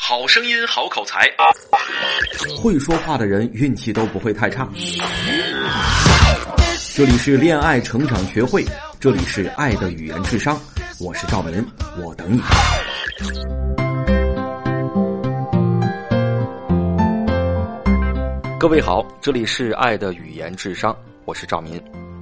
好声音，好口才， 会说话的人运气都不会太差。这里是恋爱成长学会，这里是爱的语言智商，我是赵明，我等你。 各位好，这里是爱的语言智商，我是赵明。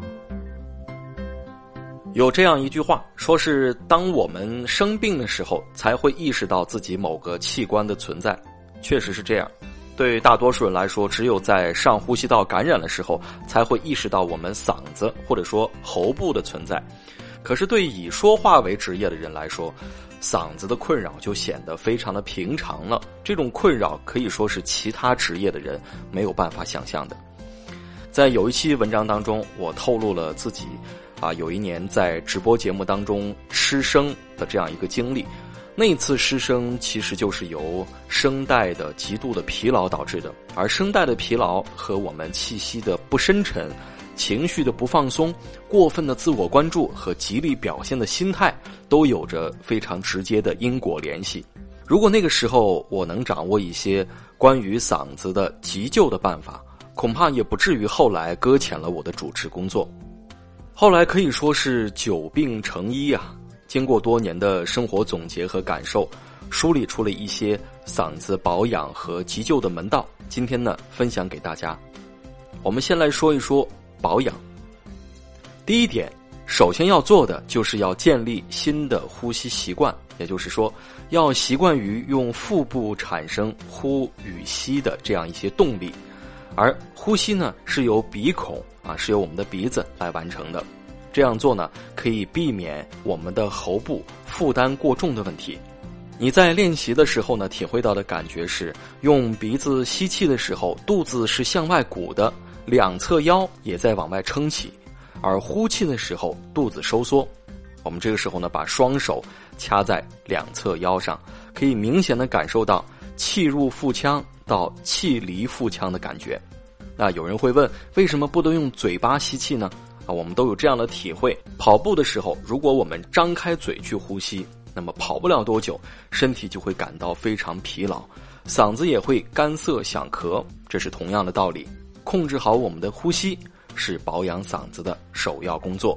有这样一句话，说是当我们生病的时候才会意识到自己某个器官的存在。确实是这样，对大多数人来说，只有在上呼吸道感染的时候才会意识到我们嗓子或者说喉部的存在。可是对以说话为职业的人来说，嗓子的困扰就显得非常的平常了。这种困扰可以说是其他职业的人没有办法想象的。在有一期文章当中，我透露了自己有一年在直播节目当中失声的这样一个经历。那一次失声其实就是由声带的极度的疲劳导致的，而声带的疲劳和我们气息的不深沉、情绪的不放松、过分的自我关注和极力表现的心态都有着非常直接的因果联系。如果那个时候我能掌握一些关于嗓子的急救的办法，恐怕也不至于后来搁浅了我的主持工作。后来可以说是久病成医啊，经过多年的生活总结和感受，梳理出了一些嗓子保养和急救的门道，今天呢分享给大家。我们先来说一说保养。第一点，首先要做的就是要建立新的呼吸习惯，也就是说要习惯于用腹部产生呼与吸的这样一些动力，而呼吸呢是由鼻孔是由我们的鼻子来完成的。这样做呢可以避免我们的喉部负担过重的问题。你在练习的时候呢，体会到的感觉是用鼻子吸气的时候，肚子是向外鼓的，两侧腰也在往外撑起，而呼气的时候肚子收缩。我们这个时候呢，把双手掐在两侧腰上，可以明显的感受到气入腹腔到气离腹腔的感觉。那有人会问，为什么不能用嘴巴吸气呢？我们都有这样的体会，跑步的时候，如果我们张开嘴去呼吸，那么跑不了多久，身体就会感到非常疲劳，嗓子也会干涩想咳，这是同样的道理。控制好我们的呼吸是保养嗓子的首要工作。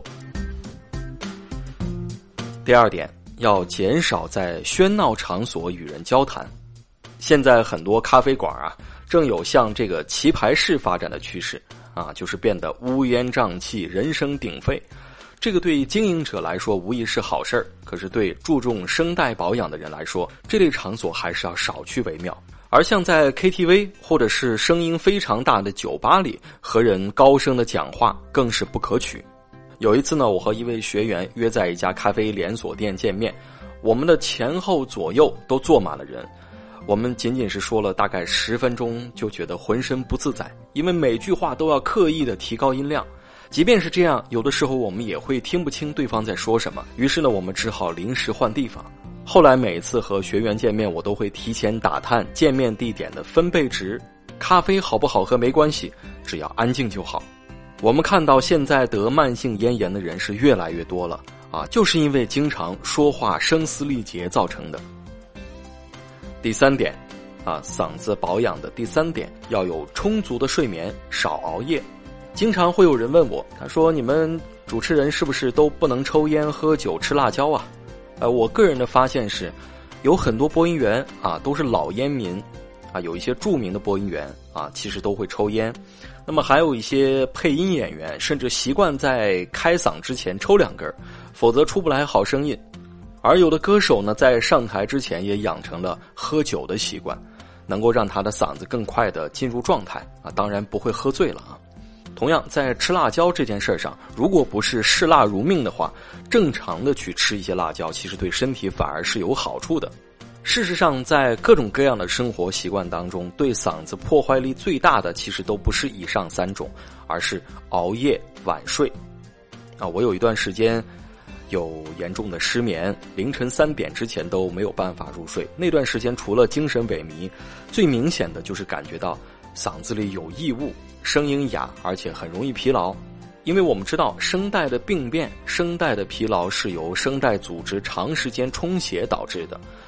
第二点，要减少在喧闹场所与人交谈。现在很多咖啡馆正有向这个棋牌室发展的趋势就是变得乌烟瘴气、人声鼎沸。这个对经营者来说无疑是好事儿，可是对注重声带保养的人来说，这类场所还是要少去为妙。而像在 KTV 或者是声音非常大的酒吧里和人高声的讲话更是不可取。有一次呢，我和一位学员约在一家咖啡连锁店见面，我们的前后左右都坐满了人，我们仅仅是说了大概10分钟就觉得浑身不自在，因为每句话都要刻意的提高音量。即便是这样，有的时候我们也会听不清对方在说什么，于是呢我们只好临时换地方。后来每次和学员见面，我都会提前打探见面地点的分贝值，咖啡好不好喝没关系，只要安静就好。我们看到现在得慢性咽炎的人是越来越多了就是因为经常说话声嘶力竭造成的。第三点嗓子保养的第三点，要有充足的睡眠，少熬夜。经常会有人问我，他说你们主持人是不是都不能抽烟、喝酒、吃辣椒我个人的发现是，有很多播音员都是老烟民有一些著名的播音员其实都会抽烟。那么还有一些配音演员甚至习惯在开嗓之前抽2根，否则出不来好声音。而有的歌手呢，在上台之前也养成了喝酒的习惯，能够让他的嗓子更快的进入状态当然不会喝醉了同样在吃辣椒这件事上，如果不是嗜辣如命的话，正常的去吃一些辣椒，其实对身体反而是有好处的。事实上，在各种各样的生活习惯当中，对嗓子破坏力最大的其实都不是以上3种，而是熬夜、晚睡我有一段时间有严重的失眠，凌晨3点之前都没有办法入睡。那段时间除了精神萎靡，最明显的就是感觉到嗓子里有异物，声音哑，而且很容易疲劳。因为我们知道声带的病变，声带的疲劳是由声带组织长时间充血导致的。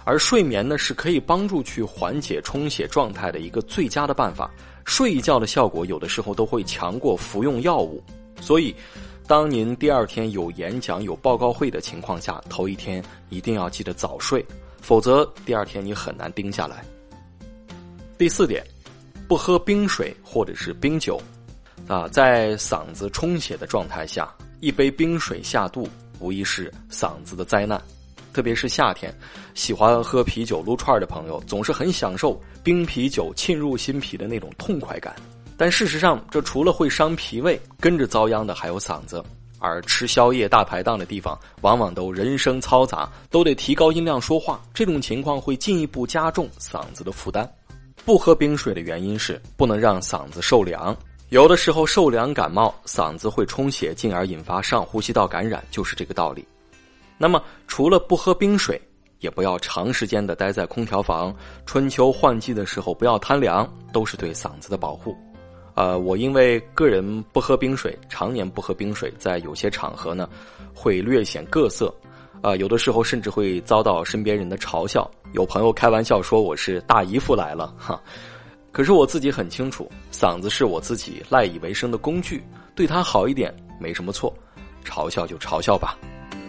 而睡眠呢是可以帮助去缓解充血状态的一个最佳的办法，睡一觉的效果有的时候都会强过服用药物。所以当您第二天有演讲有报告会的情况下，头一天一定要记得早睡，否则第二天你很难盯下来。第4点，不喝冰水或者是冰酒在嗓子充血的状态下，一杯冰水下肚无疑是嗓子的灾难。特别是夏天，喜欢喝啤酒撸串的朋友总是很享受冰啤酒沁入心脾的那种痛快感，但事实上这除了会伤脾胃，跟着遭殃的还有嗓子。而吃宵夜大排档的地方往往都人声嘈杂，都得提高音量说话，这种情况会进一步加重嗓子的负担。不喝冰水的原因是不能让嗓子受凉，有的时候受凉感冒，嗓子会充血，进而引发上呼吸道感染，就是这个道理。那么除了不喝冰水，也不要长时间的待在空调房，春秋换季的时候不要贪凉，都是对嗓子的保护。我因为个人不喝冰水，常年不喝冰水，在有些场合呢会略显各色，有的时候甚至会遭到身边人的嘲笑，有朋友开玩笑说我是大姨夫来了哈。可是我自己很清楚，嗓子是我自己赖以为生的工具，对它好一点没什么错，嘲笑就嘲笑吧。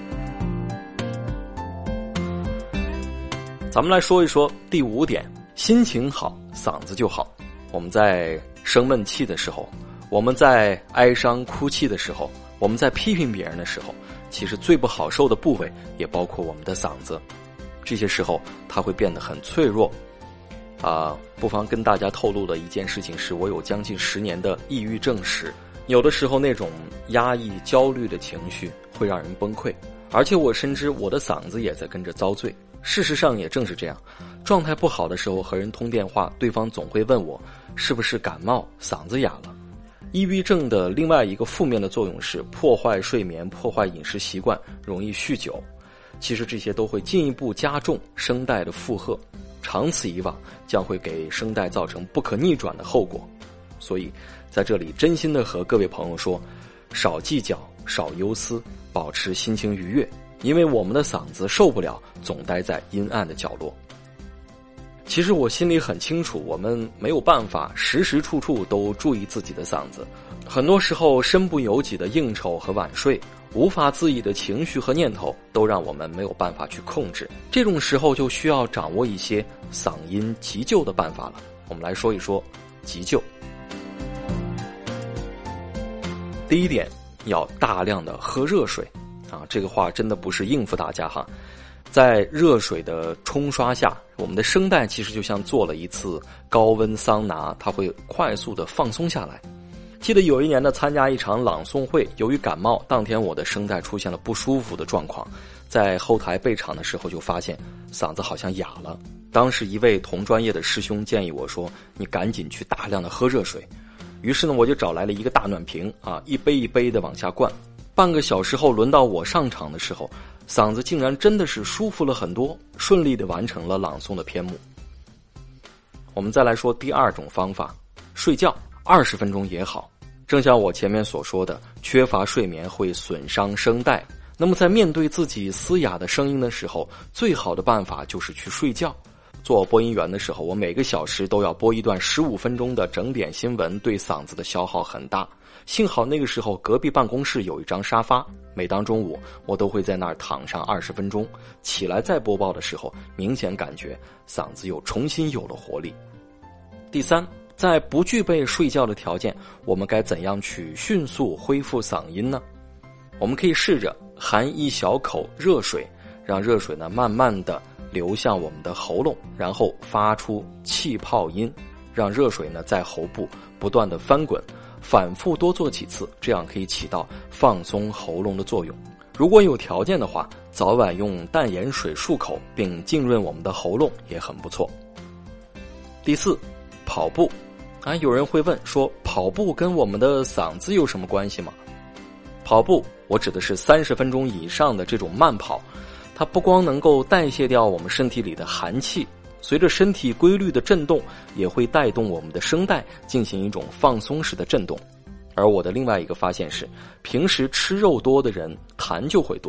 咱们来说一说第5点，心情好嗓子就好。我们在生闷气的时候，我们在哀伤哭泣的时候，我们在批评别人的时候，其实最不好受的部位也包括我们的嗓子。这些时候它会变得很脆弱。不妨跟大家透露的一件事情是，我有将近10年的抑郁症史，有的时候那种压抑焦虑的情绪会让人崩溃，而且我深知我的嗓子也在跟着遭罪。事实上也正是这样，状态不好的时候和人通电话，对方总会问我是不是感冒嗓子哑了。抑郁症的另外一个负面的作用是破坏睡眠，破坏饮食习惯，容易酗酒。其实这些都会进一步加重声带的负荷，长此以往将会给声带造成不可逆转的后果。所以在这里真心的和各位朋友说，少计较，少忧思，保持心情愉悦，因为我们的嗓子受不了总待在阴暗的角落。其实我心里很清楚，我们没有办法时时处处都注意自己的嗓子，很多时候身不由己的应酬和晚睡，无法自已的情绪和念头都让我们没有办法去控制。这种时候就需要掌握一些嗓音急救的办法了。我们来说一说急救。第1点，要大量的喝热水这个话真的不是应付大家哈。在热水的冲刷下，我们的声带其实就像做了一次高温桑拿，它会快速的放松下来。记得有一年的参加一场朗诵会，由于感冒，当天我的声带出现了不舒服的状况，在后台备场的时候就发现嗓子好像哑了。当时一位同专业的师兄建议我说，你赶紧去大量的喝热水。于是呢，我就找来了一个大暖瓶一杯一杯的往下灌。半个小时后轮到我上场的时候，嗓子竟然真的是舒服了很多，顺利的完成了朗诵的篇目。我们再来说第2种方法，睡觉20分钟也好。正像我前面所说的，缺乏睡眠会损伤声带，那么在面对自己嘶哑的声音的时候，最好的办法就是去睡觉。做播音员的时候，我每个小时都要播一段15分钟的整点新闻，对嗓子的消耗很大。幸好那个时候隔壁办公室有一张沙发，每当中午我都会在那儿躺上20分钟，起来再播报的时候，明显感觉嗓子又重新有了活力。第3，在不具备睡觉的条件，我们该怎样去迅速恢复嗓音呢？我们可以试着含一小口热水，让热水呢慢慢的流向我们的喉咙，然后发出气泡音，让热水呢在喉部不断的翻滚，反复多做几次，这样可以起到放松喉咙的作用。如果有条件的话，早晚用淡盐水漱口并浸润我们的喉咙也很不错。第4，跑步有人会问说，跑步跟我们的嗓子有什么关系吗？跑步我指的是30分钟以上的这种慢跑，它不光能够代谢掉我们身体里的寒气，随着身体规律的震动，也会带动我们的声带进行一种放松式的震动。而我的另外一个发现是，平时吃肉多的人痰就会多，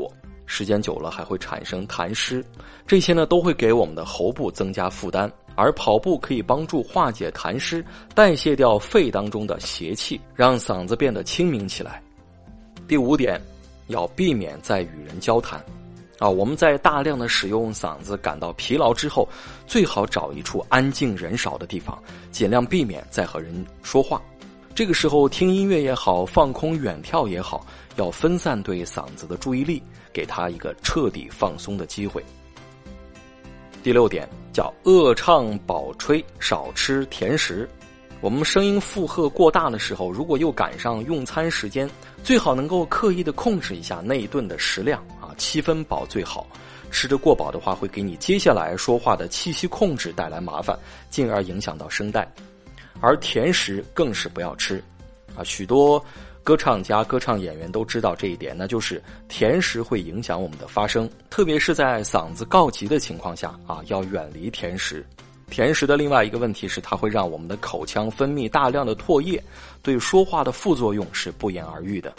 时间久了还会产生痰湿，这些呢都会给我们的喉部增加负担，而跑步可以帮助化解痰湿，代谢掉肺当中的邪气，让嗓子变得清明起来。第5点，要避免再与人交谈。我们在大量的使用嗓子感到疲劳之后，最好找一处安静人少的地方，尽量避免再和人说话。这个时候听音乐也好，放空远眺也好，要分散对嗓子的注意力，给它一个彻底放松的机会。第6点，叫恶唱饱吹，少吃甜食。我们声音负荷过大的时候，如果又赶上用餐时间，最好能够刻意的控制一下那一顿的食量，7分饱最好。吃得过饱的话，会给你接下来说话的气息控制带来麻烦，进而影响到声带。而甜食更是不要吃许多歌唱家、歌唱演员都知道这一点，那就是甜食会影响我们的发声，特别是在嗓子告急的情况下要远离甜食。甜食的另外一个问题是，它会让我们的口腔分泌大量的唾液，对说话的副作用是不言而喻的。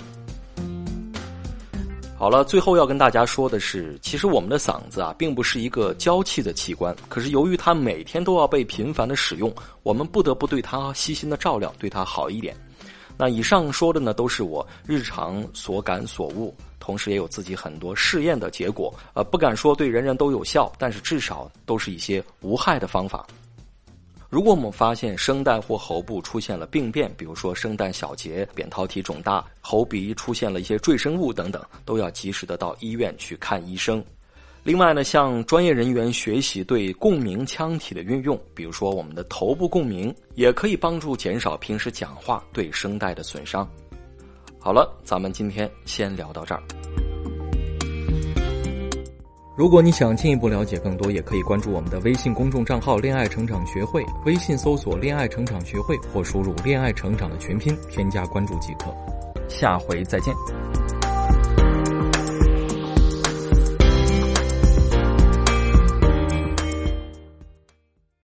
好了，最后要跟大家说的是，其实我们的嗓子并不是一个娇气的器官，可是由于它每天都要被频繁的使用，我们不得不对它细心的照料，对它好一点。那以上说的呢，都是我日常所感所悟，同时也有自己很多试验的结果，不敢说对人人都有效，但是至少都是一些无害的方法。如果我们发现声带或喉部出现了病变，比如说声带小结、扁桃体肿大、喉鼻出现了一些赘生物等等，都要及时的到医院去看医生。另外呢，向专业人员学习对共鸣腔体的运用，比如说我们的头部共鸣，也可以帮助减少平时讲话对声带的损伤。好了，咱们今天先聊到这儿。 如果你想进一步了解更多，也可以关注我们的微信公众账号恋爱成长学会，微信搜索恋爱成长学会或输入恋爱成长的全拼添加关注即可。下回再见。